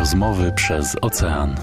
Rozmowy przez ocean.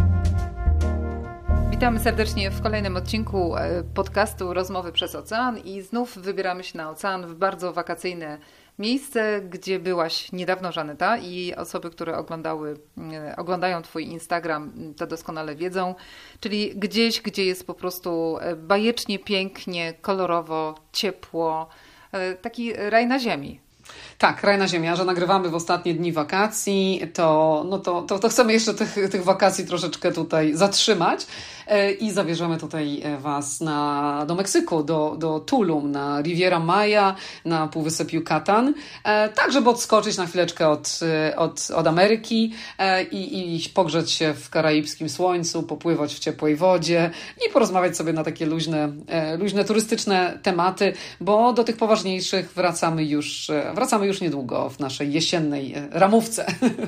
Witamy serdecznie w kolejnym odcinku podcastu Rozmowy przez ocean i znów wybieramy się na ocean w bardzo wakacyjne miejsce, gdzie byłaś niedawno, Żaneta, i osoby, które oglądają Twój Instagram, to doskonale wiedzą, czyli gdzieś, gdzie jest po prostu bajecznie, pięknie, kolorowo, ciepło, taki raj na ziemi. Tak, raj na ziemi, a że nagrywamy w ostatnie dni wakacji, to chcemy jeszcze tych wakacji troszeczkę tutaj zatrzymać i zabierzemy tutaj Was do Meksyku, do Tulum, na Riviera Maya, na Półwysep Yucatan, tak żeby odskoczyć na chwileczkę od Ameryki i pogrzeć się w karaibskim słońcu, popływać w ciepłej wodzie i porozmawiać sobie na takie luźne turystyczne tematy, bo do tych poważniejszych wracamy już niedługo w naszej jesiennej ramówce.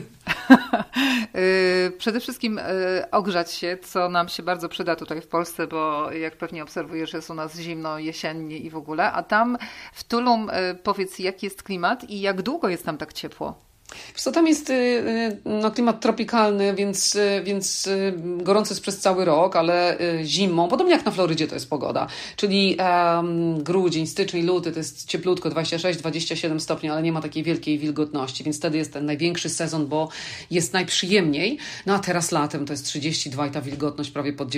Przede wszystkim ogrzać się, co nam się bardzo przyda tutaj w Polsce, bo jak pewnie obserwujesz, jest u nas zimno, jesiennie i w ogóle. A tam w Tulum powiedz, jaki jest klimat i jak długo jest tam tak ciepło? Wiesz co, tam jest klimat tropikalny, więc gorący jest przez cały rok, ale zimą, podobnie jak na Florydzie to jest pogoda, czyli grudzień, styczeń, luty to jest cieplutko, 26-27 stopni, ale nie ma takiej wielkiej wilgotności, więc wtedy jest ten największy sezon, bo jest najprzyjemniej. No a teraz latem to jest 32 i ta wilgotność prawie pod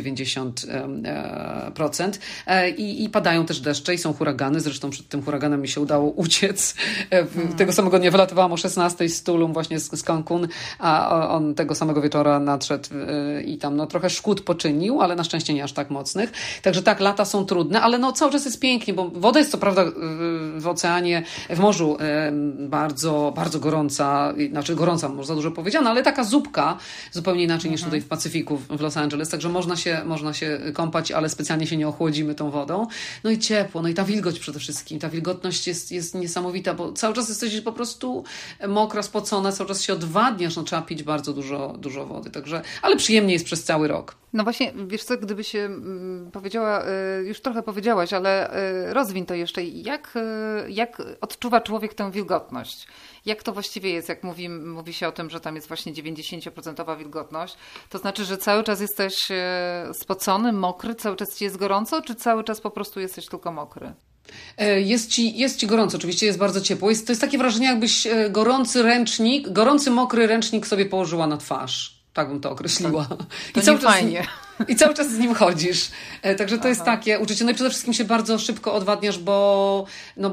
90%. I padają też deszcze i są huragany, zresztą przed tym huraganem mi się udało uciec. Tego samego dnia wylatywałam o 16 z Tulum, właśnie z Cancun, a on tego samego wieczora nadszedł i tam trochę szkód poczynił, ale na szczęście nie aż tak mocnych. Także tak, lata są trudne, ale cały czas jest pięknie, bo woda jest co prawda w oceanie, w morzu bardzo, bardzo gorąca, znaczy gorąca, może za dużo powiedziane, ale taka zupka, zupełnie inaczej niż tutaj w Pacyfiku, w Los Angeles, także można się kąpać, ale specjalnie się nie ochłodzimy tą wodą. No i ciepło, no i ta wilgoć przede wszystkim, ta wilgotność jest niesamowita, bo cały czas jesteś po prostu mokra, spocona, cały czas się odwadniasz, trzeba pić bardzo dużo wody, także, ale przyjemnie jest przez cały rok. No właśnie, wiesz co, gdyby się powiedziała, już trochę powiedziałaś, ale rozwiń to jeszcze, jak odczuwa człowiek tę wilgotność? Jak to właściwie jest, jak mówi się o tym, że tam jest właśnie 90% wilgotność, to znaczy, że cały czas jesteś spocony, mokry, cały czas ci jest gorąco, czy cały czas po prostu jesteś tylko mokry? Jest ci gorąco, oczywiście jest bardzo ciepło. To jest takie wrażenie, jakbyś gorący, mokry ręcznik sobie położyła na twarz. Tak bym to określiła. To nie fajnie. I cały czas z nim chodzisz. Także to jest takie uczucie. No i przede wszystkim się bardzo szybko odwadniasz, bo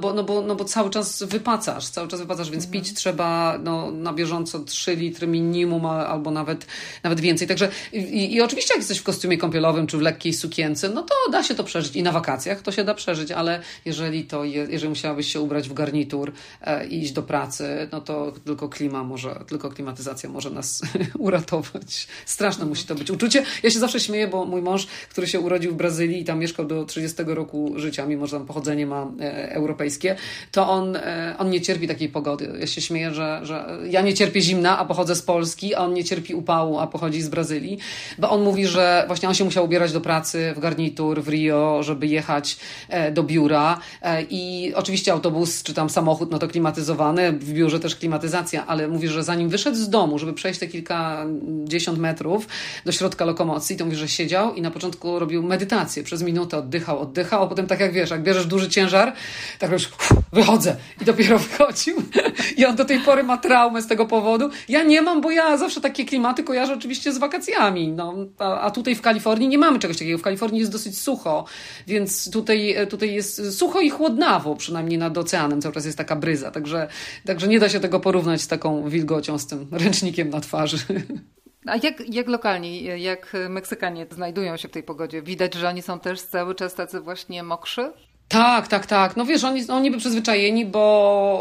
cały czas wypacasz, więc pić trzeba na bieżąco 3 litry minimum, albo nawet więcej. Także i oczywiście jak jesteś w kostiumie kąpielowym, czy w lekkiej sukience, no to da się to przeżyć. I na wakacjach to się da przeżyć, ale jeżeli musiałabyś się ubrać w garnitur i iść do pracy, no to tylko klimatyzacja może nas uratować. Straszne musi to być uczucie. Ja się zawsze śmieję, bo mój mąż, który się urodził w Brazylii i tam mieszkał do 30 roku życia, mimo że tam pochodzenie ma europejskie, to on nie cierpi takiej pogody. Ja się śmieję, że ja nie cierpię zimna, a pochodzę z Polski, a on nie cierpi upału, a pochodzi z Brazylii, bo on mówi, że właśnie on się musiał ubierać do pracy w garnitur w Rio, żeby jechać do biura i oczywiście autobus czy tam samochód, no to klimatyzowany, w biurze też klimatyzacja, ale mówi, że zanim wyszedł z domu, żeby przejść te kilkadziesiąt metrów do środka lokomocji, to mówi, że siedział i na początku robił medytację. Przez minutę oddychał, a potem tak jak wiesz, jak bierzesz duży ciężar, tak robisz, wychodzę i dopiero wychodził. I on do tej pory ma traumę z tego powodu. Ja nie mam, bo ja zawsze takie klimaty kojarzę oczywiście z wakacjami. A tutaj w Kalifornii nie mamy czegoś takiego. W Kalifornii jest dosyć sucho, więc tutaj jest sucho i chłodnawo, przynajmniej nad oceanem. Cały czas jest taka bryza. Także nie da się tego porównać z taką wilgocią, z tym ręcznikiem na twarzy. A jak lokalni, jak Meksykanie znajdują się w tej pogodzie? Widać, że oni są też cały czas tacy właśnie mokrzy? Tak. No wiesz, oni niby przyzwyczajeni, bo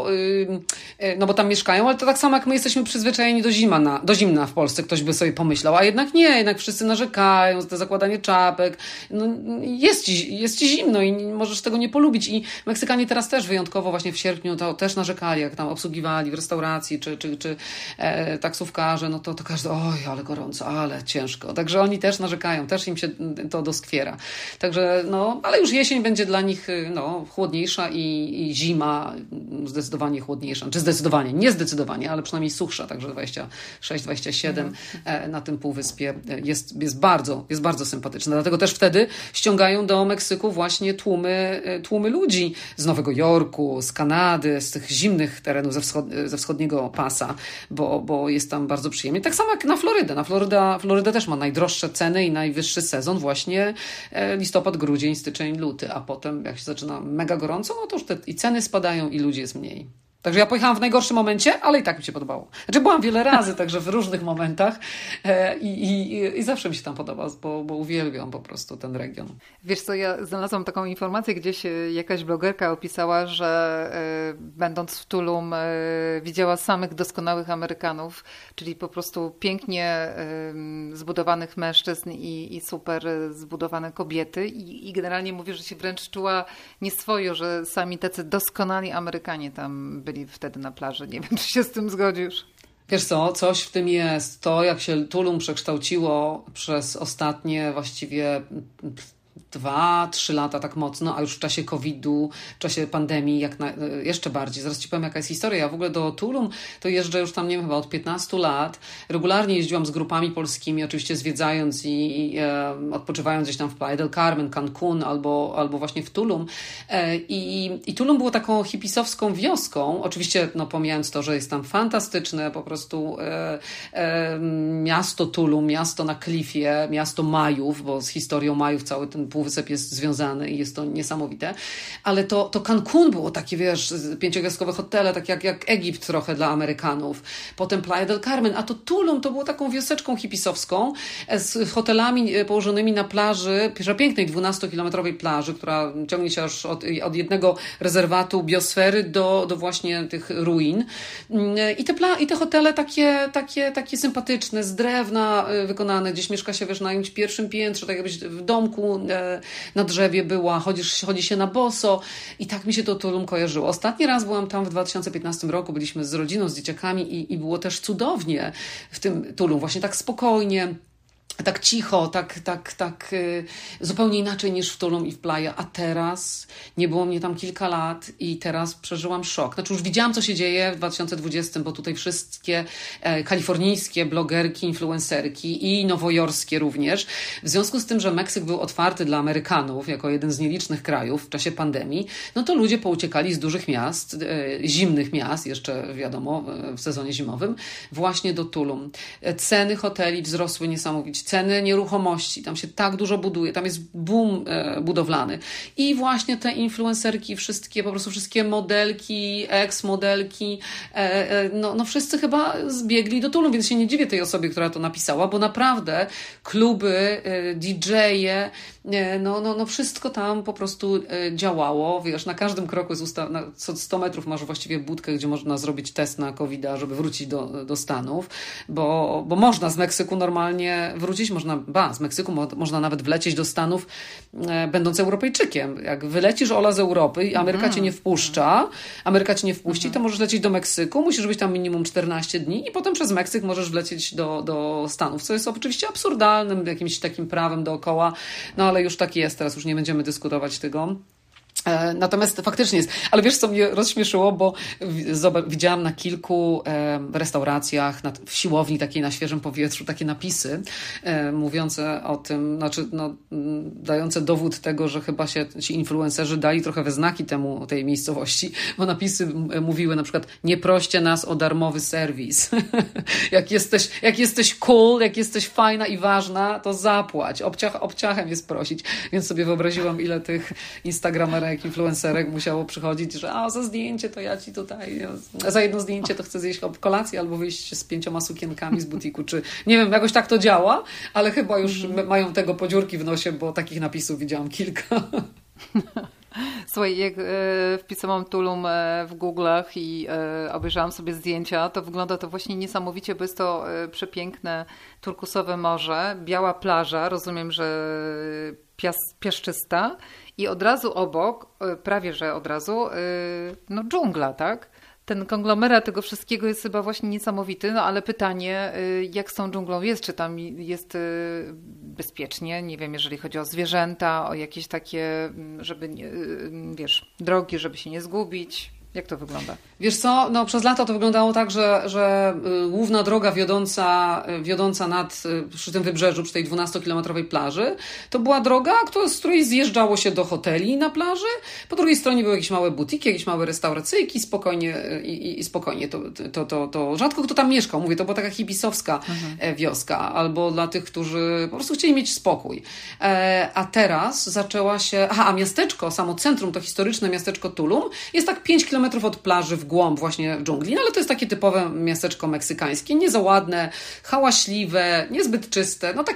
tam mieszkają, ale to tak samo jak my jesteśmy przyzwyczajeni do zimna w Polsce, ktoś by sobie pomyślał, a jednak nie, jednak wszyscy narzekają za te zakładanie czapek. No, jest ci zimno i możesz tego nie polubić. I Meksykanie teraz też wyjątkowo właśnie w sierpniu to też narzekali, jak tam obsługiwali w restauracji czy taksówkarze, no to każdy, oj, ale gorąco, ale ciężko. Także oni też narzekają, też im się to doskwiera. Także ale już jesień będzie dla nich chłodniejsza i zima zdecydowanie chłodniejsza. Czy zdecydowanie, nie zdecydowanie, ale przynajmniej suchsza, także 26-27 na tym półwyspie jest bardzo sympatyczne. Dlatego też wtedy ściągają do Meksyku właśnie tłumy ludzi z Nowego Jorku, z Kanady, z tych zimnych terenów ze wschodniego pasa, bo jest tam bardzo przyjemnie. Tak samo jak na Florydę. Floryda też ma najdroższe ceny i najwyższy sezon właśnie listopad, grudzień, styczeń, luty, a potem jak się zaczyna mega gorąco, no to już i ceny spadają i ludzi jest mniej. Także ja pojechałam w najgorszym momencie, ale i tak mi się podobało. Znaczy byłam wiele razy, także w różnych momentach i zawsze mi się tam podoba, bo uwielbiam po prostu ten region. Wiesz co, ja znalazłam taką informację, gdzieś jakaś blogerka opisała, że będąc w Tulum widziała samych doskonałych Amerykanów, czyli po prostu pięknie zbudowanych mężczyzn i super zbudowane kobiety i generalnie mówi, że się wręcz czuła nieswojo, że sami tacy doskonali Amerykanie tam byli wtedy na plaży. Nie wiem, czy się z tym zgodzisz. Wiesz co, coś w tym jest. To, jak się Tulum przekształciło przez ostatnie właściwie 2-3 lata tak mocno, a już w czasie COVID-u, w czasie pandemii jeszcze bardziej. Zaraz ci powiem, jaka jest historia. Ja w ogóle do Tulum to jeżdżę już tam, nie wiem, chyba od 15 lat. Regularnie jeździłam z grupami polskimi, oczywiście zwiedzając i odpoczywając gdzieś tam w Playa del Carmen, Cancun albo właśnie w Tulum. I Tulum było taką hipisowską wioską. Oczywiście pomijając to, że jest tam fantastyczne po prostu miasto Tulum, miasto na klifie, miasto Majów, bo z historią Majów cały ten półwysep jest związany i jest to niesamowite. Ale to Cancun było takie, wiesz, 5-gwiazdkowe hotele, tak jak Egipt trochę dla Amerykanów. Potem Playa del Carmen, a to Tulum to było taką wioseczką hipisowską z hotelami położonymi na plaży, pięknej 12-kilometrowej plaży, która ciągnie się aż od jednego rezerwatu biosfery do właśnie tych ruin. I te hotele takie sympatyczne, z drewna wykonane, gdzieś mieszka się, wiesz, na jakimś pierwszym piętrze, tak jakbyś w domku na drzewie była, chodzi się na boso i tak mi się to Tulum kojarzyło. Ostatni raz byłam tam w 2015 roku, byliśmy z rodziną, z dzieciakami i było też cudownie w tym Tulum, właśnie tak spokojnie, tak cicho, tak zupełnie inaczej niż w Tulum i w Playa, a teraz nie było mnie tam kilka lat i teraz przeżyłam szok. Znaczy już widziałam, co się dzieje w 2020, bo tutaj wszystkie kalifornijskie blogerki, influencerki i nowojorskie również, w związku z tym, że Meksyk był otwarty dla Amerykanów jako jeden z nielicznych krajów w czasie pandemii, no to ludzie pouciekali z dużych miast, zimnych miast, jeszcze wiadomo, w sezonie zimowym, właśnie do Tulum. Ceny hoteli wzrosły niesamowicie, ceny nieruchomości, tam się tak dużo buduje, tam jest boom budowlany. I właśnie te influencerki, po prostu wszystkie modelki, ex-modelki, no wszyscy chyba zbiegli do Tulum, więc się nie dziwię tej osobie, która to napisała, bo naprawdę kluby, DJ-e, no wszystko tam po prostu działało. Wiesz, na każdym kroku co 100 metrów masz właściwie budkę, gdzie można zrobić test na COVID-a, żeby wrócić do Stanów, bo można z Meksyku normalnie wrócić, z Meksyku można nawet wlecieć do Stanów będąc Europejczykiem. Jak wylecisz z Europy i Ameryka cię nie wpuści, to możesz lecieć do Meksyku, musisz być tam minimum 14 dni i potem przez Meksyk możesz wlecieć do Stanów, co jest oczywiście absurdalnym jakimś takim prawem dookoła, no ale już tak jest, teraz już nie będziemy dyskutować tego. Natomiast faktycznie jest. Ale wiesz, co mnie rozśmieszyło, bo widziałam na kilku restauracjach, w siłowni takiej na świeżym powietrzu, takie napisy mówiące o tym, dające dowód tego, że chyba się ci influencerzy dali trochę we znaki tej miejscowości, bo napisy mówiły na przykład: nie proście nas o darmowy serwis. jak jesteś cool, jak jesteś fajna i ważna, to zapłać. Obciachem jest prosić. Więc sobie wyobraziłam, ile tych instagramerek, influencerek musiało przychodzić, że za zdjęcie to ja ci tutaj, za jedno zdjęcie to chcę zjeść kolację albo wyjść z 5 sukienkami z butiku, czy nie wiem, jakoś tak to działa, ale chyba już mają tego podziurki w nosie, bo takich napisów widziałam kilka. Słuchaj, jak wpisałam Tulum w Google'ach i obejrzałam sobie zdjęcia, to wygląda to właśnie niesamowicie, bo jest to przepiękne turkusowe morze, biała plaża, rozumiem, że piaszczysta i od razu obok, prawie że od razu, dżungla, tak? Ten konglomerat tego wszystkiego jest chyba właśnie niesamowity, ale pytanie, jak z tą dżunglą jest? Czy tam jest bezpiecznie, nie wiem, jeżeli chodzi o zwierzęta, o jakieś takie, żeby, wiesz, drogi, żeby się nie zgubić. Jak to wygląda? Wiesz co, no przez lata to wyglądało tak, że główna droga wiodąca przy tym wybrzeżu, przy tej 12-kilometrowej plaży, to była droga, z której zjeżdżało się do hoteli na plaży. Po drugiej stronie były jakieś małe butiki, jakieś małe restauracyjki, spokojnie to rzadko kto tam mieszkał. Mówię, to była taka hipisowska wioska, albo dla tych, którzy po prostu chcieli mieć spokój. A teraz zaczęła się... a miasteczko, samo centrum, to historyczne miasteczko Tulum, jest tak 5 kilometrów od plaży w głąb właśnie dżungli, no ale to jest takie typowe miasteczko meksykańskie, nie za ładne, hałaśliwe, niezbyt czyste, no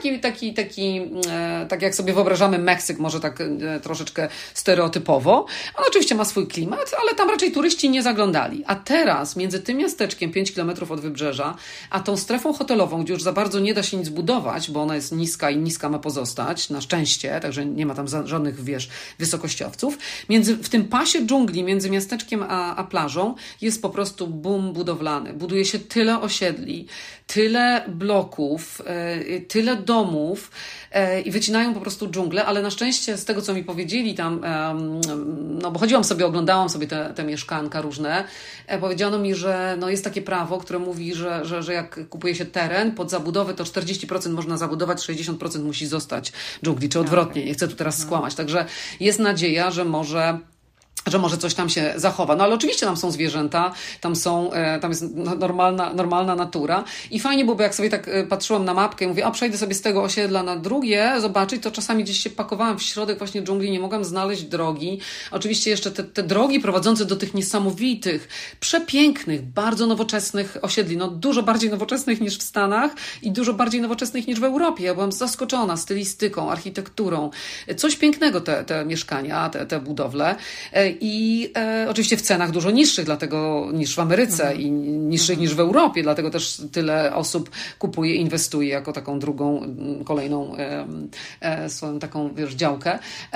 tak jak sobie wyobrażamy Meksyk, może tak troszeczkę stereotypowo. On oczywiście ma swój klimat, ale tam raczej turyści nie zaglądali. A teraz między tym miasteczkiem 5 kilometrów od wybrzeża, a tą strefą hotelową, gdzie już za bardzo nie da się nic budować, bo ona jest niska i niska ma pozostać, na szczęście, także nie ma tam żadnych, wysokościowców. W tym pasie dżungli między miasteczkiem a plażą jest po prostu boom budowlany. Buduje się tyle osiedli, tyle bloków, tyle domów i wycinają po prostu dżunglę, ale na szczęście z tego, co mi powiedzieli tam, no bo oglądałam sobie te mieszkanka różne, powiedziano mi, że no jest takie prawo, które mówi, że jak kupuje się teren pod zabudowę, to 40% można zabudować, 60% musi zostać dżungli, czy odwrotnie, nie chcę tu teraz skłamać. Także jest nadzieja, że może coś tam się zachowa. No ale oczywiście tam są zwierzęta, tam jest normalna natura i fajnie byłoby, jak sobie tak patrzyłam na mapkę i mówię, przejdę sobie z tego osiedla na drugie, zobaczyć, to czasami gdzieś się pakowałam w środek właśnie dżungli, nie mogłam znaleźć drogi. Oczywiście jeszcze te drogi prowadzące do tych niesamowitych, przepięknych, bardzo nowoczesnych osiedli, no dużo bardziej nowoczesnych niż w Stanach i dużo bardziej nowoczesnych niż w Europie. Ja byłam zaskoczona stylistyką, architekturą. Coś pięknego te mieszkania, te budowle. I oczywiście w cenach dużo niższych niż w Ameryce i niższych niż w Europie, dlatego też tyle osób kupuje, inwestuje jako taką drugą, kolejną swoją taką, działkę.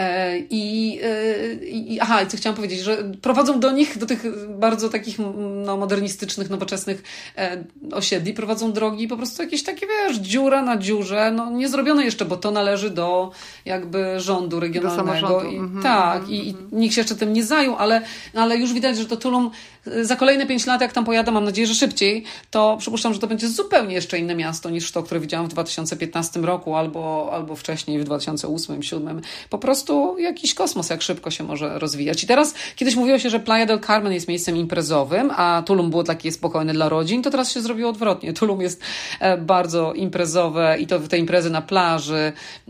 Co chciałam powiedzieć, że prowadzą do tych bardzo takich modernistycznych, nowoczesnych osiedli, prowadzą drogi po prostu jakieś takie, dziura na dziurze, no nie zrobione jeszcze, bo to należy do jakby rządu regionalnego. I nikt się jeszcze tym nie zajął, ale już widać, że to Tulum za kolejne 5 lat, jak tam pojadę, mam nadzieję, że szybciej, to przypuszczam, że to będzie zupełnie jeszcze inne miasto niż to, które widziałam w 2015 roku albo wcześniej w 2008-2007. Po prostu jakiś kosmos, jak szybko się może rozwijać. I teraz, kiedyś mówiło się, że Playa del Carmen jest miejscem imprezowym, a Tulum było takie spokojne dla rodzin, to teraz się zrobiło odwrotnie. Tulum jest bardzo imprezowe i to te imprezy na plaży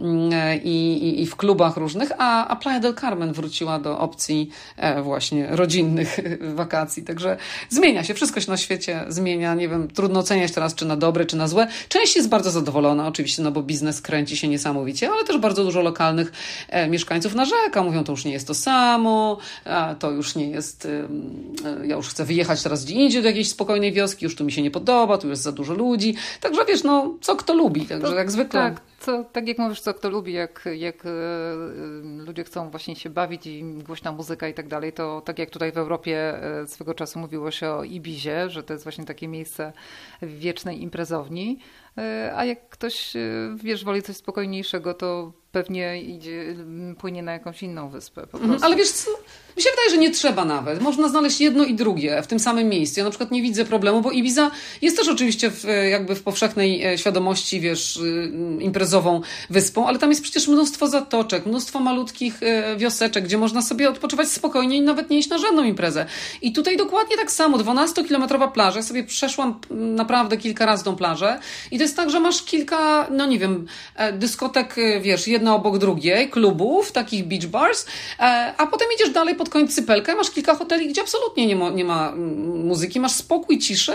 i w klubach różnych, a Playa del Carmen wróciła do opcji właśnie rodzinnych wakacji. Także zmienia się, wszystko się na świecie zmienia. Nie wiem, trudno oceniać teraz, czy na dobre, czy na złe. Część jest bardzo zadowolona oczywiście, no bo biznes kręci się niesamowicie, ale też bardzo dużo lokalnych mieszkańców narzeka. Mówią, to już nie jest to samo, to już nie jest, ja już chcę wyjechać teraz gdzie indziej do jakiejś spokojnej wioski, już tu mi się nie podoba, tu jest za dużo ludzi. Także co kto lubi, także jak zwykle. Tak jak mówisz, co kto lubi, jak ludzie chcą właśnie się bawić i głośna muzyka i tak dalej, to tak jak tutaj w Europie swego czasu mówiło się o Ibizie, że to jest właśnie takie miejsce wiecznej imprezowni, a jak ktoś, woli coś spokojniejszego, to pewnie płynie na jakąś inną wyspę. Po prostu. Ale wiesz co, mi się wydaje, że nie trzeba nawet. Można znaleźć jedno i drugie w tym samym miejscu. Ja na przykład nie widzę problemu, bo Ibiza jest też oczywiście w powszechnej świadomości, imprezową wyspą, ale tam jest przecież mnóstwo zatoczek, mnóstwo malutkich wioseczek, gdzie można sobie odpoczywać spokojnie i nawet nie iść na żadną imprezę. I tutaj dokładnie tak samo, 12-kilometrowa plaża. Ja sobie przeszłam naprawdę kilka razy tą plażę i to jest tak, że masz kilka, dyskotek, jedna obok drugiej, klubów, takich beach bars, a potem idziesz dalej pod koniec Cypelka i masz kilka hoteli, gdzie absolutnie nie ma muzyki, masz spokój, ciszę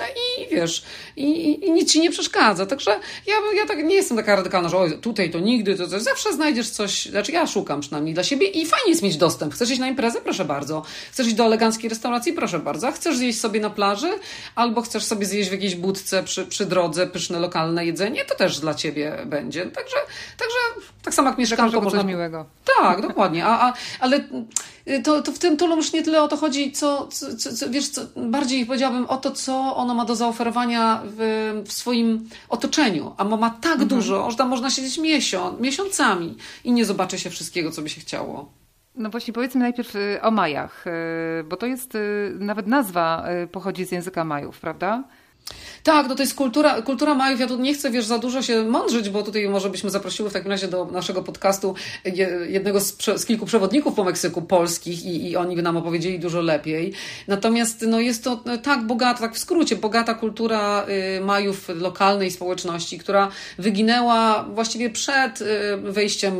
i nic ci nie przeszkadza. Także ja tak nie jestem taka radykalna, że tutaj to nigdy, to zawsze znajdziesz coś, znaczy ja szukam przynajmniej dla siebie i fajnie jest mieć dostęp. Chcesz iść na imprezę? Proszę bardzo. Chcesz iść do eleganckiej restauracji? Proszę bardzo. Chcesz zjeść sobie na plaży? Albo chcesz sobie zjeść w jakiejś budce przy drodze pyszne lokalne lokalne jedzenie, to też dla ciebie będzie. Także tak samo jak mieszkanko można... coś miłego. Tak, dokładnie. Ale to w tym Tulum już nie tyle o to chodzi, wiesz, bardziej powiedziałabym o to, co ono ma do zaoferowania w swoim otoczeniu. A ma tak dużo, że tam można siedzieć miesiącami i nie zobaczy się wszystkiego, co by się chciało. No właśnie, powiedzmy najpierw o Majach, bo to jest, nawet nazwa pochodzi z języka Majów, prawda? Tak, no to jest kultura Majów. Ja tu nie chcę, wiesz, za dużo się mądrzyć, bo tutaj może byśmy zaprosiły w takim razie do naszego podcastu jednego z kilku przewodników po Meksyku polskich i oni by nam opowiedzieli dużo lepiej. Natomiast no jest to tak bogata, tak w skrócie, bogata kultura Majów, lokalnej społeczności, która wyginęła właściwie przed wejściem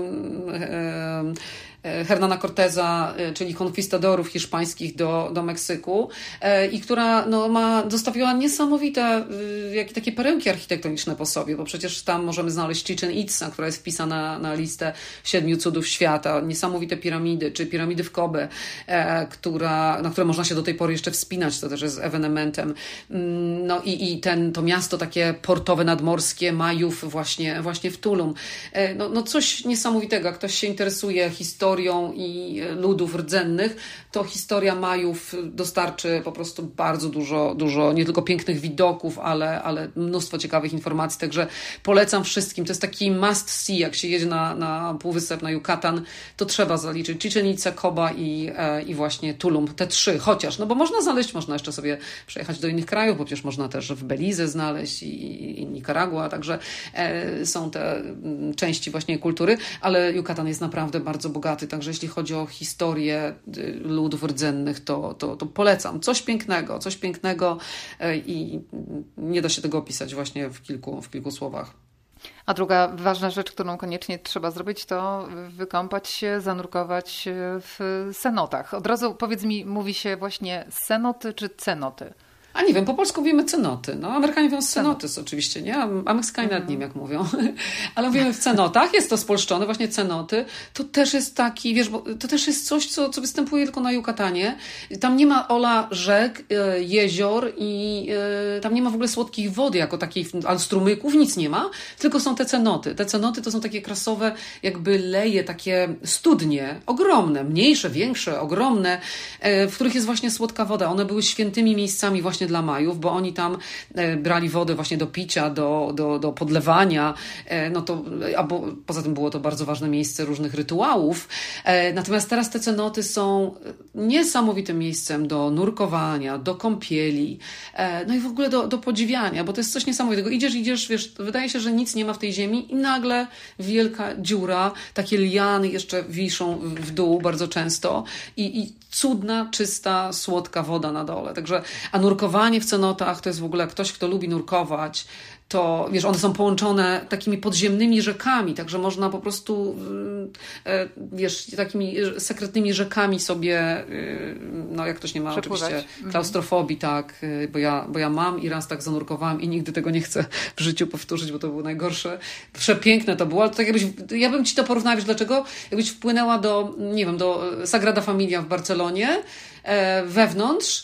Hernana Corteza, czyli konkwistadorów hiszpańskich do Meksyku i która zostawiła niesamowite takie perełki architektoniczne po sobie, bo przecież tam możemy znaleźć Chichen Itza, która jest wpisana na listę 7 cudów świata, niesamowite piramidy, czy piramidy w Kobe, na które można się do tej pory jeszcze wspinać, to też jest ewenementem. No i to miasto takie portowe, nadmorskie Majów właśnie w Tulum. No coś niesamowitego, jak ktoś się interesuje historią i ludów rdzennych, to historia Majów dostarczy po prostu bardzo dużo nie tylko pięknych widoków, ale mnóstwo ciekawych informacji, także polecam wszystkim. To jest taki must see, jak się jedzie na półwysep, na Yucatan, to trzeba zaliczyć Chichen Itza, Koba i właśnie Tulum, te 3 chociaż, no bo można jeszcze sobie przejechać do innych krajów, bo przecież można też w Belize znaleźć i Nicaragua, także są te części właśnie kultury, ale Yucatan jest naprawdę bardzo bogaty. Także jeśli chodzi o historię ludów rdzennych, to polecam. Coś pięknego i nie da się tego opisać właśnie w kilku słowach. A druga ważna rzecz, którą koniecznie trzeba zrobić, to wykąpać się, zanurkować w cenotach. Od razu powiedz mi, mówi się właśnie cenoty czy cenoty? A nie wiem, po polsku mówimy cenoty. No, Amerykanie mówią cenoty oczywiście, nie? A Meksykanie nad nim, jak mówią. Ale mówimy w cenotach, jest to spolszczone, właśnie cenoty. To też jest taki, wiesz, bo to też jest coś, co występuje tylko na Yucatanie. Tam nie ma rzek, jezior i tam nie ma w ogóle słodkiej wody jako takiej, ale strumyków, nic nie ma, tylko są te cenoty. Te cenoty to są takie krasowe jakby leje, takie studnie, ogromne, mniejsze, większe, ogromne, w których jest właśnie słodka woda. One były świętymi miejscami właśnie dla Majów, bo oni tam brali wodę właśnie do picia, do podlewania, albo poza tym było to bardzo ważne miejsce różnych rytuałów. Natomiast teraz te cenoty są niesamowitym miejscem do nurkowania, do kąpieli, no i w ogóle do podziwiania, bo to jest coś niesamowitego. Idziesz, wiesz, wydaje się, że nic nie ma w tej ziemi i nagle wielka dziura, takie liany jeszcze wiszą w dół bardzo często i cudna, czysta, słodka woda na dole. Także, a nurkowanie w cenotach to jest w ogóle ktoś, kto lubi nurkować, to wiesz, one są połączone takimi podziemnymi rzekami, także można po prostu, wiesz, takimi sekretnymi rzekami sobie, no jak ktoś nie ma oczywiście klaustrofobii, tak, bo ja mam i raz tak zanurkowałam i nigdy tego nie chcę w życiu powtórzyć, bo to było najgorsze. Przepiękne to było, ale to tak ja bym ci to porównała, wiesz dlaczego? Jakbyś wpłynęła do Sagrada Familia w Barcelonie, wewnątrz,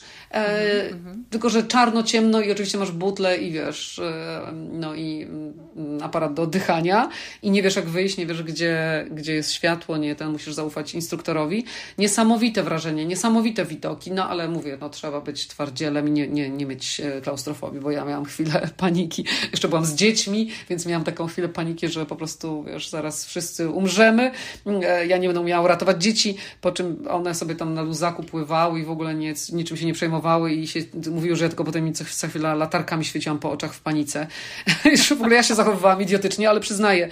tylko że czarno, ciemno i oczywiście masz butlę i wiesz, no i aparat do oddychania i nie wiesz jak wyjść, nie wiesz gdzie jest światło, musisz zaufać instruktorowi. Niesamowite wrażenie, niesamowite widoki, no ale mówię, trzeba być twardzielem i nie mieć klaustrofobii, bo ja miałam chwilę paniki. Jeszcze byłam z dziećmi, więc miałam taką chwilę paniki, że po prostu, wiesz, zaraz wszyscy umrzemy. Ja nie będę umiała uratować dzieci, po czym one sobie tam na luzaku pływały i w ogóle niczym się nie przejmowały i się mówiły, że ja tylko potem mi co chwilę latarkami świeciłam po oczach w panice. W ogóle ja się zachowywałam idiotycznie, ale przyznaję,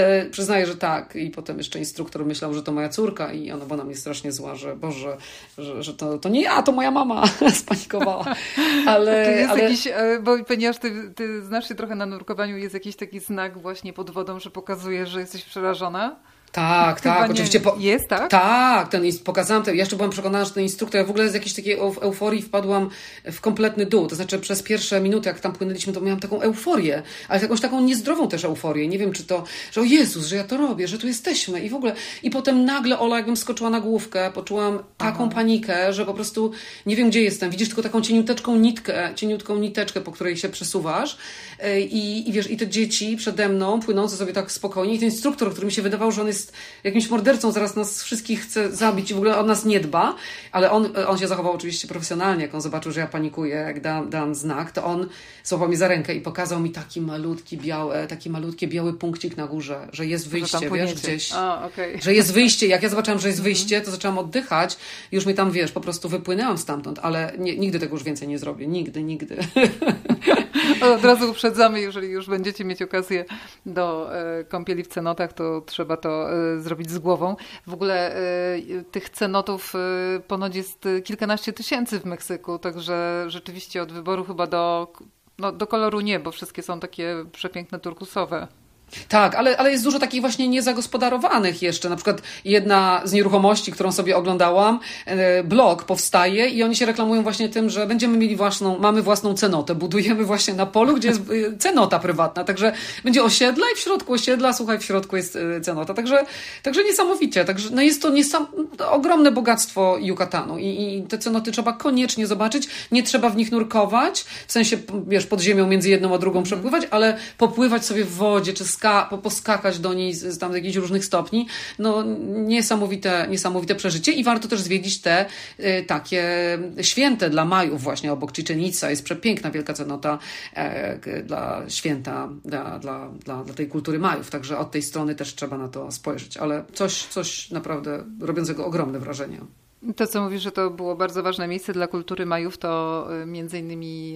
że tak. I potem jeszcze instruktor myślał, że to moja córka i ona była na mnie strasznie zła, że Boże, że to nie ja, to moja mama spanikowała. Ale jakiś, bo ponieważ ty znasz się trochę na nurkowaniu, jest jakiś taki znak właśnie pod wodą, że pokazuje, że jesteś przerażona? Tak, oczywiście. Jest, tak? Tak, pokazałam to. Ja jeszcze byłam przekonana, że ten instruktor, ja w ogóle z jakiejś takiej euforii wpadłam w kompletny dół. To znaczy przez pierwsze minuty, jak tam płynęliśmy, to miałam taką euforię, ale jakąś taką niezdrową też euforię. Nie wiem, czy to, że o Jezus, że ja to robię, że tu jesteśmy i w ogóle. I potem nagle, Ola, jakbym skoczyła na główkę, poczułam taką panikę, że po prostu nie wiem, gdzie jestem. Widzisz tylko taką cieniutką niteczkę, po której się przesuwasz i wiesz, i te dzieci przede mną płynące sobie tak spokojnie i ten instruktor, który mi się wydawał, że on jest jakimś mordercą, zaraz nas wszystkich chce zabić i w ogóle o nas nie dba, ale on się zachował oczywiście profesjonalnie, jak on zobaczył, że ja panikuję, jak dam znak, to on złapał mnie za rękę i pokazał mi taki malutki biały punkcik na górze, że jest wyjście, wiesz, gdzieś. Że jest wyjście. Jak ja zobaczyłam, że jest wyjście, to zaczęłam oddychać i już mi tam, wiesz, po prostu wypłynęłam stamtąd, ale nigdy tego już więcej nie zrobię. Nigdy. Od razu uprzedzamy, jeżeli już będziecie mieć okazję do kąpieli w cenotach, to trzeba to zrobić z głową. W ogóle tych cenotów ponoć jest kilkanaście tysięcy w Meksyku, także rzeczywiście od wyboru chyba do koloru nie, bo wszystkie są takie przepiękne turkusowe. Tak, ale jest dużo takich właśnie niezagospodarowanych jeszcze. Na przykład jedna z nieruchomości, którą sobie oglądałam, blok powstaje i oni się reklamują właśnie tym, że mamy własną cenotę. Budujemy właśnie na polu, gdzie jest cenota prywatna. Także będzie osiedla i w środku osiedla, słuchaj, w środku jest cenota. Także niesamowicie. Także no jest to ogromne bogactwo Yucatanu i te cenoty trzeba koniecznie zobaczyć. Nie trzeba w nich nurkować, w sensie, wiesz, pod ziemią między jedną a drugą przepływać, ale popływać sobie w wodzie, czy poskakać do niej z tam jakichś różnych stopni. No niesamowite przeżycie i warto też zwiedzić te takie święte dla Majów właśnie obok Chichen Itza. Jest przepiękna wielka cenota dla święta, dla tej kultury Majów. Także od tej strony też trzeba na to spojrzeć. Ale coś naprawdę robiącego ogromne wrażenie. To, co mówisz, że to było bardzo ważne miejsce dla kultury Majów, to między innymi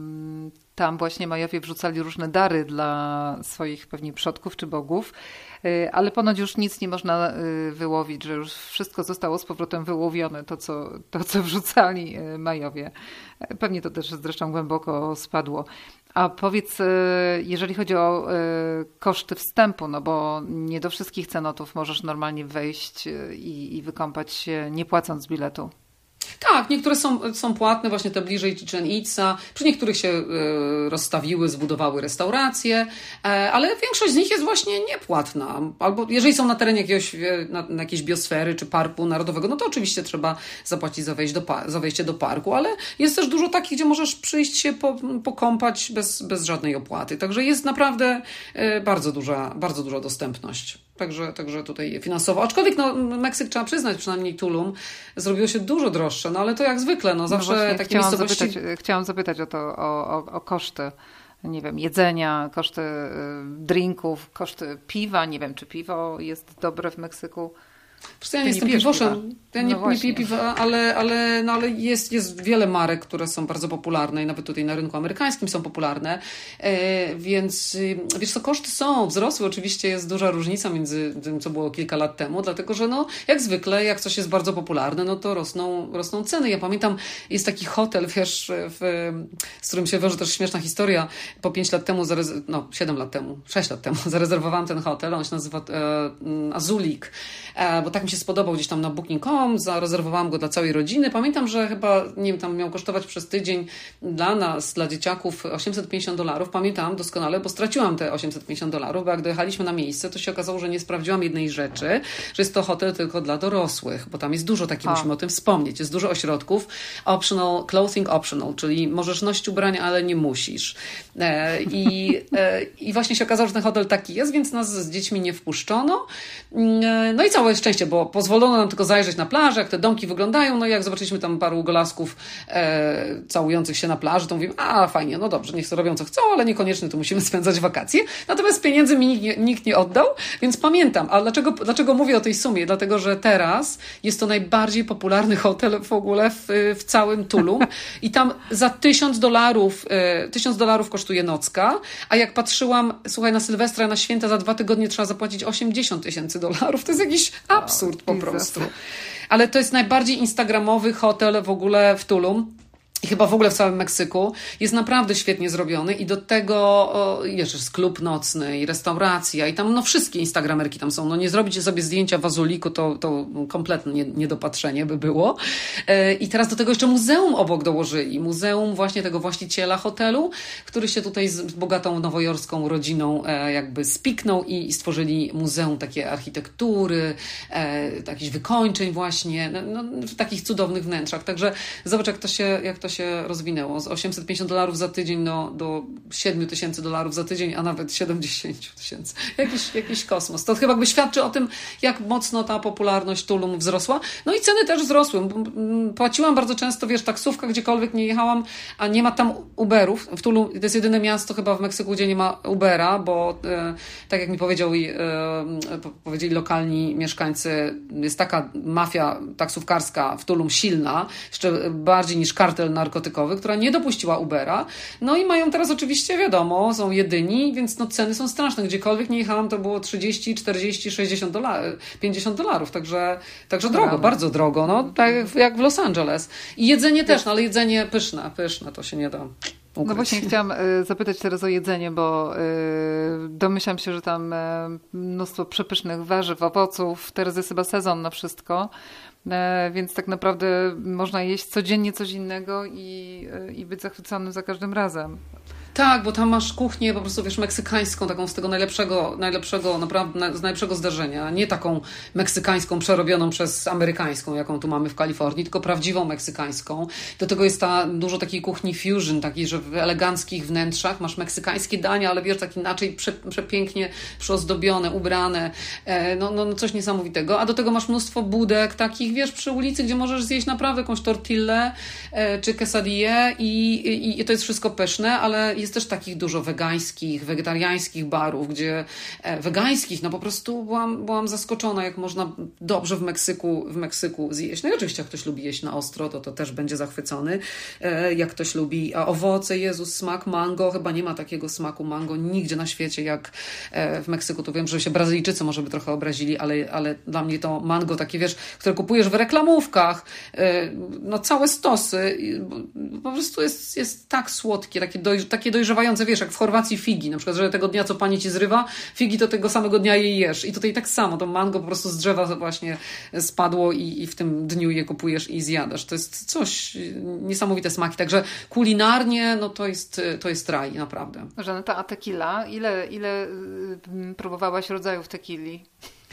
tam właśnie Majowie wrzucali różne dary dla swoich pewnie przodków czy bogów, ale ponoć już nic nie można wyłowić, że już wszystko zostało z powrotem wyłowione, to co wrzucali Majowie. Pewnie to też zresztą głęboko spadło. A powiedz, jeżeli chodzi o koszty wstępu, no bo nie do wszystkich cenotów możesz normalnie wejść i wykąpać się nie płacąc biletu. Tak, niektóre są płatne, właśnie te bliżej Chichen Itza. Przy niektórych się rozstawiły, zbudowały restauracje, ale większość z nich jest właśnie niepłatna. Albo jeżeli są na terenie na jakiejś biosfery czy parku narodowego, no to oczywiście trzeba zapłacić za wejście do parku, ale jest też dużo takich, gdzie możesz przyjść się pokąpać bez żadnej opłaty. Także jest naprawdę bardzo duża dostępność. Także tutaj finansowo. Aczkolwiek Meksyk, trzeba przyznać, przynajmniej Tulum, zrobiło się dużo droższe, no ale to jak zwykle, no zawsze właśnie takie miejscowości... Chciałam zapytać o koszty, nie wiem, jedzenia, koszty drinków, koszty piwa. Nie wiem, czy piwo jest dobre w Meksyku. Ja nie jestem piwoszem, ja nie piję piwa, ale jest wiele marek, które są bardzo popularne i nawet tutaj na rynku amerykańskim są popularne, więc wiesz co, koszty wzrosły, oczywiście jest duża różnica między tym, co było kilka lat temu, dlatego że jak zwykle, jak coś jest bardzo popularne, no to rosną ceny. Ja pamiętam, jest taki hotel, wiesz, z którym się wiąże też śmieszna historia, po 6 lat temu zarezerwowałam ten hotel, on się nazywa Azulik, bo tak mi się spodobał gdzieś tam na Booking.com, zarezerwowałam go dla całej rodziny. Pamiętam, że chyba, nie wiem, tam miał kosztować przez tydzień dla nas, dla dzieciaków $850. Pamiętam doskonale, bo straciłam te $850, bo jak dojechaliśmy na miejsce, to się okazało, że nie sprawdziłam jednej rzeczy, że jest to hotel tylko dla dorosłych, bo tam jest dużo takich, musimy o tym wspomnieć, jest dużo ośrodków, clothing optional, czyli możesz nosić ubrania, ale nie musisz. I właśnie się okazało, że ten hotel taki jest, więc nas z dziećmi nie wpuszczono. No i całe szczęście, bo pozwolono nam tylko zajrzeć na plażę, jak te domki wyglądają, no i jak zobaczyliśmy tam paru golasków całujących się na plaży, to mówimy, fajnie, no dobrze, niech sobie robią co chcą, ale niekoniecznie tu musimy spędzać wakacje. Natomiast pieniędzy mi nikt nie oddał, więc pamiętam. A dlaczego mówię o tej sumie? Dlatego, że teraz jest to najbardziej popularny hotel w ogóle w całym Tulum i tam za $1000 kosztuje nocka, a jak patrzyłam, słuchaj, na Sylwestra, na święta za 2 tygodnie trzeba zapłacić $80,000. To jest jakiś absurd po prostu. Ale to jest najbardziej instagramowy hotel w ogóle w Tulum. i chyba w ogóle w całym Meksyku, jest naprawdę świetnie zrobiony i do tego wiesz, jest klub nocny i restauracja i tam wszystkie instagramerki tam są. Nie zrobicie sobie zdjęcia w Azuliku, to kompletne niedopatrzenie by było. I teraz do tego jeszcze muzeum obok dołożyli. Muzeum właśnie tego właściciela hotelu, który się tutaj z bogatą nowojorską rodziną jakby spiknął i stworzyli muzeum takie architektury, jakichś wykończeń właśnie, w takich cudownych wnętrzach. Także zobacz, jak to się rozwinęło. Z $850 za tydzień do $7,000 za tydzień, a nawet 70,000. Jakiś kosmos. To chyba jakby świadczy o tym, jak mocno ta popularność Tulum wzrosła. No i ceny też wzrosły. Płaciłam bardzo często, wiesz, taksówka, gdziekolwiek nie jechałam, a nie ma tam Uberów. W Tulum to jest jedyne miasto chyba w Meksyku, gdzie nie ma Ubera, bo tak jak mi powiedzieli lokalni mieszkańcy, jest taka mafia taksówkarska w Tulum silna, jeszcze bardziej niż kartel narkotykowy, która nie dopuściła Ubera. No i mają teraz oczywiście, wiadomo, są jedyni, więc ceny są straszne. Gdziekolwiek nie jechałam, to było 30, 40, $60, $50. Także drogo, bardzo drogo. No, tak jak w Los Angeles. I jedzenie też, ale jedzenie pyszne, to się nie da ukryć. No właśnie chciałam zapytać teraz o jedzenie, bo domyślam się, że tam mnóstwo przepysznych warzyw, owoców. Teraz jest chyba sezon na wszystko. Więc tak naprawdę można jeść codziennie coś innego i być zachwyconym za każdym razem. Tak, bo tam masz kuchnię po prostu, wiesz, meksykańską, taką z tego najlepszego, naprawdę z najlepszego zdarzenia. Nie taką meksykańską przerobioną przez amerykańską, jaką tu mamy w Kalifornii, tylko prawdziwą meksykańską. Do tego jest dużo takiej kuchni fusion, takiej, że w eleganckich wnętrzach masz meksykańskie dania, ale wiesz, tak inaczej przepięknie przyozdobione, ubrane. No coś niesamowitego. A do tego masz mnóstwo budek takich, wiesz, przy ulicy, gdzie możesz zjeść naprawdę jakąś tortillę czy quesadillę i to jest wszystko pyszne, ale jest też takich dużo wegańskich, wegetariańskich barów, gdzie wegańskich, no po prostu byłam zaskoczona, jak można dobrze w Meksyku zjeść. No i oczywiście jak ktoś lubi jeść na ostro, to też będzie zachwycony. Jak ktoś lubi owoce, Jezus, smak mango, chyba nie ma takiego smaku mango nigdzie na świecie jak w Meksyku. To wiem, że się Brazylijczycy może by trochę obrazili, ale dla mnie to mango takie, wiesz, które kupujesz w reklamówkach, no całe stosy, po prostu jest tak słodkie, takie dojrzewające, wiesz, jak w Chorwacji figi, na przykład, że tego dnia, co pani ci zrywa, figi to tego samego dnia je jesz. I tutaj tak samo, to mango po prostu z drzewa właśnie spadło i w tym dniu je kupujesz i zjadasz. To jest coś, niesamowite smaki. Także kulinarnie, no to jest raj, naprawdę. Żaneta, a tequila? Ile próbowałaś rodzajów tequili?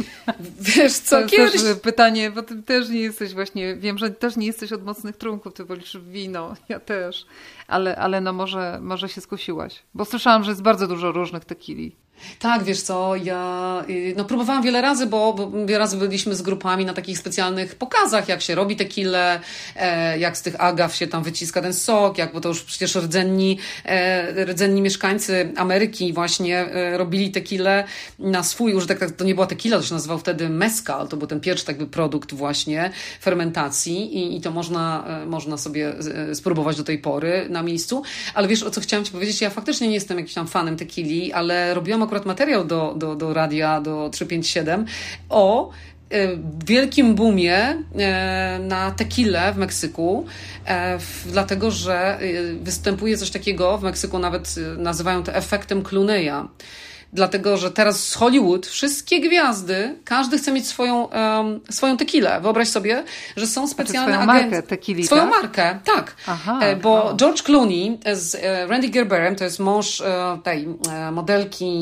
Wiesz co, to jest też pytanie, bo ty też nie jesteś właśnie, wiem, że też nie jesteś od mocnych trunków, ty wolisz wino, ja też, ale no może się skusiłaś, bo słyszałam, że jest bardzo dużo różnych tequili. Tak, wiesz co, ja próbowałam wiele razy, bo wiele razy byliśmy z grupami na takich specjalnych pokazach, jak się robi tequilę, jak z tych agaw się tam wyciska ten sok, bo to już przecież rdzenni mieszkańcy Ameryki właśnie robili tequilę na swój użytek. To nie była tequila, to się nazywał wtedy mezcal, to był ten pierwszy jakby produkt właśnie fermentacji i to można sobie spróbować do tej pory na miejscu. Ale wiesz, o co chciałam ci powiedzieć? Ja faktycznie nie jestem jakimś tam fanem tequili, ale robiłam akurat materiał do radia, do 357 o wielkim boomie na tequilę w Meksyku, dlatego że występuje coś takiego, w Meksyku nawet nazywają to efektem Clooney'a. Dlatego, że teraz z Hollywood wszystkie gwiazdy, każdy chce mieć swoją tequilę. Wyobraź sobie, że są specjalne agencje. Markę tequili, swoją tak? markę, tak. Aha, bo George Clooney z Randy Gerberem, to jest mąż tej modelki,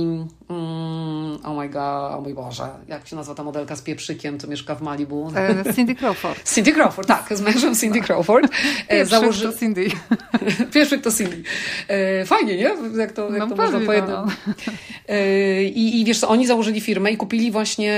oh mój Boże, jak się nazywa ta modelka z pieprzykiem, co mieszka w Malibu? Cindy Crawford. Cindy Crawford, tak, z mężem Cindy Crawford. Pieprzyk to Cindy. Pieprzyk to Cindy. Fajnie, nie? Jak to można po jednym. I wiesz co, oni założyli firmę i kupili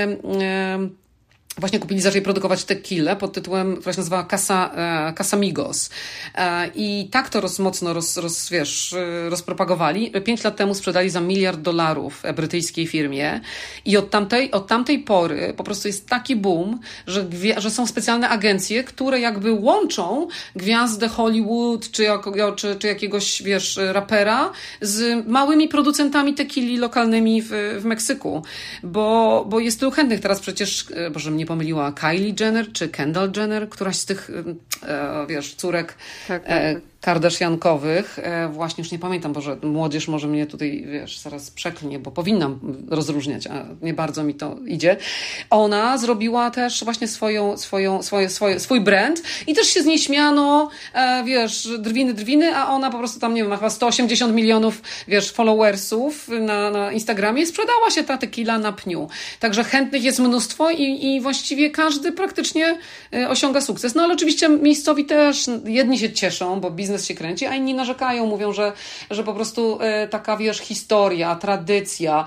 zaczęli produkować tequilę pod tytułem, która się nazywa Casamigos. I tak to mocno rozpropagowali. 5 lat temu sprzedali za $1 miliard brytyjskiej firmie. I od tamtej pory po prostu jest taki boom, że są specjalne agencje, które jakby łączą gwiazdę Hollywood czy jakiegoś, wiesz, rapera z małymi producentami tequili lokalnymi w Meksyku. Bo jest tylu chętnych teraz przecież, Boże, mnie pomyliła, Kylie Jenner czy Kendall Jenner, któraś z tych, wiesz, córek Kardashiankowych, właśnie już nie pamiętam, Boże, młodzież może mnie tutaj, zaraz przeklnie, bo powinnam rozróżniać, a nie bardzo mi to idzie. Ona zrobiła też właśnie swój brand i też się z niej śmiano, drwiny, a ona po prostu tam, nie wiem, ma chyba 180 milionów, followersów na Instagramie i sprzedała się ta tequila na pniu. Także chętnych jest mnóstwo i właściwie każdy praktycznie osiąga sukces. No ale oczywiście miejscowi też, jedni się cieszą, bo biznes się kręci, a inni narzekają, mówią, że po prostu taka, historia, tradycja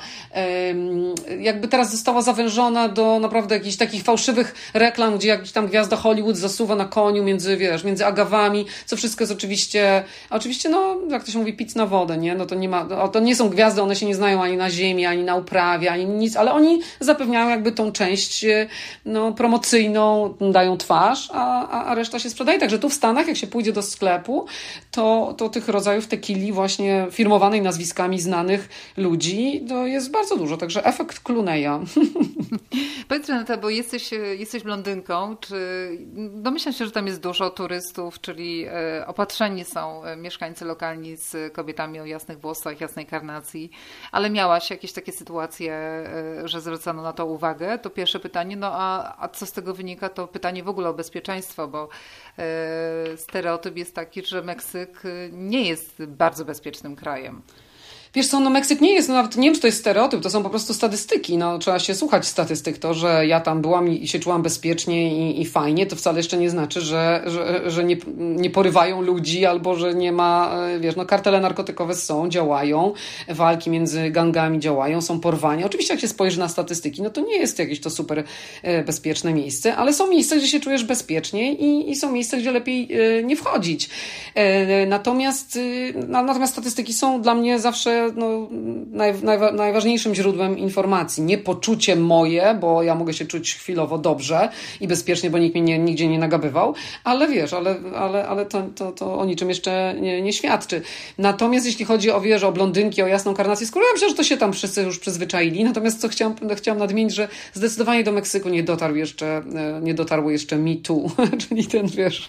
jakby teraz została zawężona do naprawdę jakichś takich fałszywych reklam, gdzie jakiś tam gwiazda Hollywood zasuwa na koniu między agawami, co wszystko jest oczywiście, no, jak to się mówi, pic na wodę, nie? No to nie ma, to nie są gwiazdy, one się nie znają ani na ziemi, ani na uprawie, ani nic, ale oni zapewniają jakby tą część promocyjną, dają twarz, a reszta się sprzedaje. Także tu w Stanach, jak się pójdzie do sklepu, to tych rodzajów tequili właśnie firmowanej nazwiskami znanych ludzi to jest bardzo dużo. Także efekt Clooney'a. Powiedz, Renata, bo jesteś blondynką, czy domyślam się, że tam jest dużo turystów, czyli opatrzeni są mieszkańcy lokalni z kobietami o jasnych włosach, jasnej karnacji, ale miałaś jakieś takie sytuacje, że zwracano na to uwagę? To pierwsze pytanie. No a co z tego wynika? To pytanie w ogóle o bezpieczeństwo, bo stereotyp jest taki, że Meksyk nie jest bardzo bezpiecznym krajem. Wiesz co, Meksyk nie jest, nawet nie wiem, czy to jest stereotyp, to są po prostu statystyki. Trzeba się słuchać statystyk. To, że ja tam byłam i się czułam bezpiecznie i fajnie, to wcale jeszcze nie znaczy, że nie porywają ludzi albo że nie ma, kartele narkotykowe działają, walki między gangami działają, są porwania. Oczywiście jak się spojrzy na statystyki, no to nie jest jakieś to super bezpieczne miejsce, ale są miejsca, gdzie się czujesz bezpiecznie i są miejsca, gdzie lepiej nie wchodzić. Natomiast statystyki są dla mnie zawsze najważniejszym źródłem informacji. Nie poczucie moje, bo ja mogę się czuć chwilowo dobrze i bezpiecznie, bo nikt mnie nigdzie nie nagabywał, ale ale to o niczym jeszcze nie świadczy. Natomiast jeśli chodzi o blondynki, o jasną karnację skóry, ja myślę, że to się tam wszyscy już przyzwyczaili. Natomiast co chciałam nadmienić, że zdecydowanie do Meksyku nie dotarło jeszcze Me Too, czyli ten,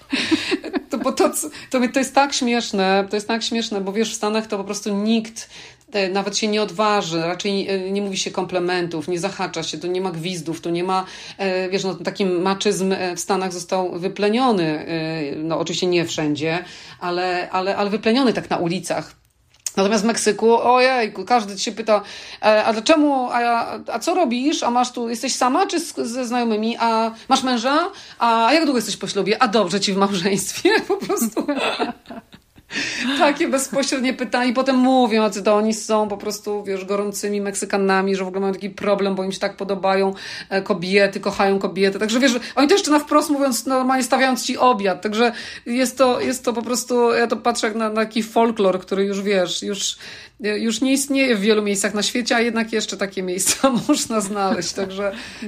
bo to jest tak śmieszne, bo w Stanach to po prostu nikt nawet się nie odważy, raczej nie mówi się komplementów, nie zahacza się, tu nie ma gwizdów, tu nie ma, taki maczyzm w Stanach został wypleniony, oczywiście nie wszędzie, ale wypleniony tak na ulicach. Natomiast w Meksyku, ojejku, każdy się pyta, a dlaczego, a co robisz, a masz tu, jesteś sama czy ze znajomymi, a masz męża, a jak długo jesteś po ślubie, a dobrze ci w małżeństwie, po prostu. Takie bezpośrednie pytania i potem mówią, jacy to oni są po prostu, gorącymi Meksykanami, że w ogóle mają taki problem, bo im się tak podobają kobiety, kochają kobiety. Także oni to jeszcze na wprost mówiąc, normalnie stawiając ci obiad. Także jest to po prostu, ja to patrzę jak na taki folklor, który już nie istnieje w wielu miejscach na świecie, a jednak jeszcze takie miejsca można znaleźć. Także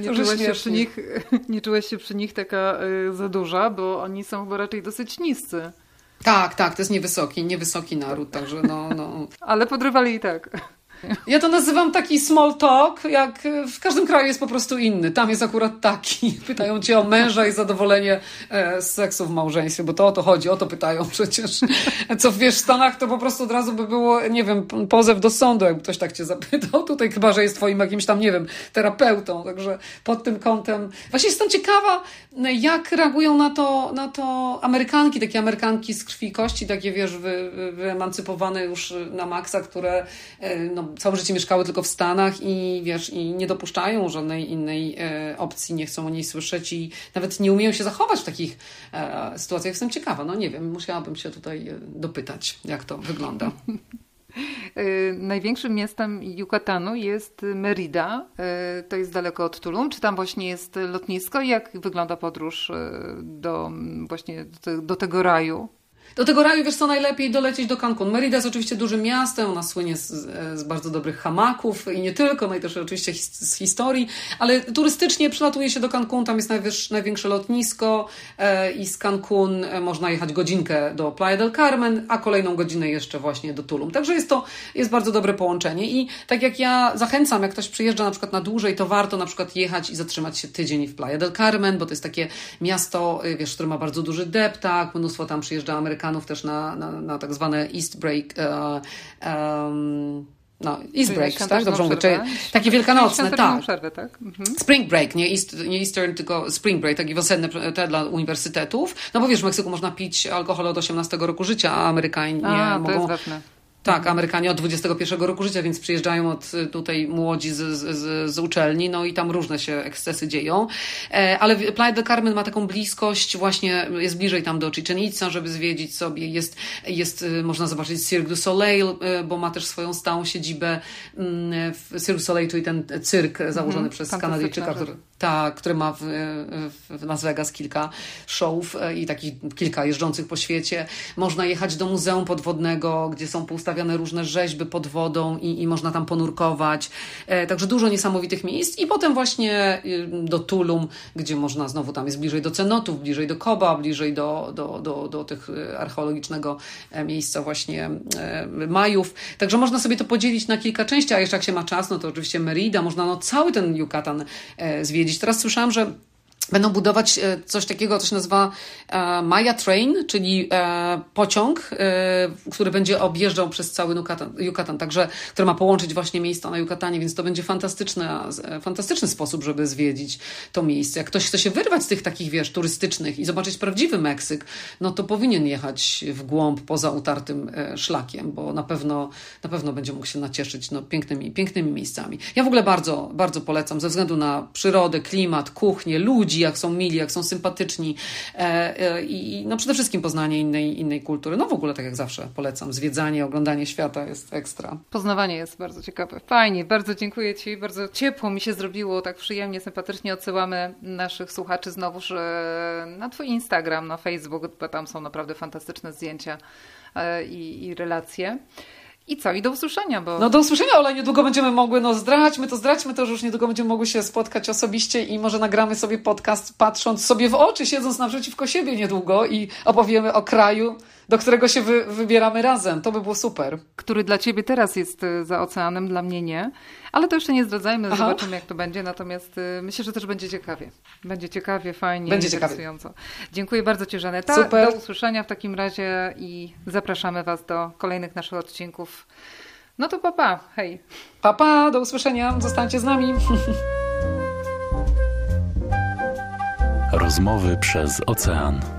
nie czułaś się przy nich taka za duża, bo oni są chyba raczej dosyć niscy. Tak, to jest niewysoki naród, także no. Ale podrywali i tak. Ja to nazywam taki small talk, jak w każdym kraju jest po prostu inny. Tam jest akurat taki. Pytają cię o męża i zadowolenie z seksu w małżeństwie, bo to o to chodzi, o to pytają przecież. Co w Stanach to po prostu od razu by było, nie wiem, pozew do sądu, jakby ktoś tak cię zapytał. Tutaj chyba, że jest twoim jakimś tam, nie wiem, terapeutą. Także pod tym kątem. Właśnie jestem ciekawa, jak reagują na to Amerykanki, takie Amerykanki z krwi i kości, takie wyemancypowane już na maksa, które całe życie mieszkały tylko w Stanach i nie dopuszczają żadnej innej opcji, nie chcą o niej słyszeć i nawet nie umieją się zachować w takich sytuacjach. Jestem ciekawa, nie wiem, musiałabym się tutaj dopytać, jak to wygląda. Największym miastem Yucatanu jest Mérida. To jest daleko od Tulum. Czy tam właśnie jest lotnisko? Jak wygląda podróż do tego raju? Do tego raju, najlepiej dolecieć do Cancun. Mérida jest oczywiście dużym miastem, ona słynie z bardzo dobrych hamaków i nie tylko, i też oczywiście z historii, ale turystycznie przylatuje się do Cancun, tam jest największe lotnisko i z Cancun można jechać godzinkę do Playa del Carmen, a kolejną godzinę jeszcze właśnie do Tulum. Także jest bardzo dobre połączenie i tak jak ja zachęcam, jak ktoś przyjeżdża na przykład na dłużej, to warto na przykład jechać i zatrzymać się tydzień w Playa del Carmen, bo to jest takie miasto, które ma bardzo duży deptak, mnóstwo tam przyjeżdża Amerykanów Amerykanów też na tak zwane East Break, East Breaks, tak? Dobrze mówię. Takie wielkanocne, tak. Przerwę, tak? Mhm. Spring Break, nie Eastern, tylko Spring Break, takie wiosenne te dla uniwersytetów. No bo wiesz, w Meksyku można pić alkohol od 18 roku życia, a Amerykanie mogą... To jest ważne. Tak, Amerykanie od 21 roku życia, więc przyjeżdżają od tutaj młodzi z uczelni, no i tam różne się ekscesy dzieją. Ale Playa del Carmen ma taką bliskość, właśnie jest bliżej tam do Chichen Itza, żeby zwiedzić sobie. Można zobaczyć Cirque du Soleil, bo ma też swoją stałą siedzibę w Cirque du Soleil, czyli ten cyrk założony przez Kanadyjczyka, który ma w Las Vegas kilka showów i takich kilka jeżdżących po świecie. Można jechać do Muzeum Podwodnego, gdzie są poustawiane różne rzeźby pod wodą i można tam ponurkować. Także dużo niesamowitych miejsc. I potem właśnie do Tulum, gdzie można znowu, tam jest bliżej do cenotów, bliżej do Koba, bliżej do tych archeologicznego miejsca właśnie Majów. Także można sobie to podzielić na kilka części, a jeszcze jak się ma czas, no to oczywiście Merida, można cały ten Yucatan zwiedzić. Teraz słyszałam, że będą budować coś takiego, co się nazywa Maya Train, czyli pociąg, który będzie objeżdżał przez cały Yucatan, także, który ma połączyć właśnie miejsca na Yucatanie, więc to będzie fantastyczny sposób, żeby zwiedzić to miejsce. Jak ktoś chce się wyrwać z tych takich, wiesz, turystycznych i zobaczyć prawdziwy Meksyk, no to powinien jechać w głąb poza utartym szlakiem, bo na pewno będzie mógł się nacieszyć pięknymi miejscami. Ja w ogóle bardzo, bardzo polecam ze względu na przyrodę, klimat, kuchnię, ludzi, jak są mili, jak są sympatyczni i no przede wszystkim poznanie innej kultury. No w ogóle tak jak zawsze polecam. Zwiedzanie, oglądanie świata jest ekstra. Poznawanie jest bardzo ciekawe. Fajnie, bardzo dziękuję Ci. Bardzo ciepło mi się zrobiło, tak przyjemnie, sympatycznie odsyłamy naszych słuchaczy znowuż na Twój Instagram, na Facebook, bo tam są naprawdę fantastyczne zdjęcia i relacje. I co? I do usłyszenia, bo... No do usłyszenia, ale niedługo będziemy mogły, zdradźmy to, że już niedługo będziemy mogły się spotkać osobiście i może nagramy sobie podcast patrząc sobie w oczy, siedząc naprzeciwko siebie niedługo i opowiemy o kraju, do którego się wybieramy razem. To by było super. Który dla Ciebie teraz jest za oceanem, dla mnie nie. Ale to jeszcze nie zdradzajmy, zobaczymy jak to będzie. Natomiast myślę, że też będzie ciekawie. Będzie ciekawie, fajnie, interesująco. Dziękuję bardzo Ci, Żaneta. Super. Do usłyszenia w takim razie i zapraszamy Was do kolejnych naszych odcinków. No to pa, hej. Pa, do usłyszenia. Zostańcie z nami. Rozmowy przez ocean.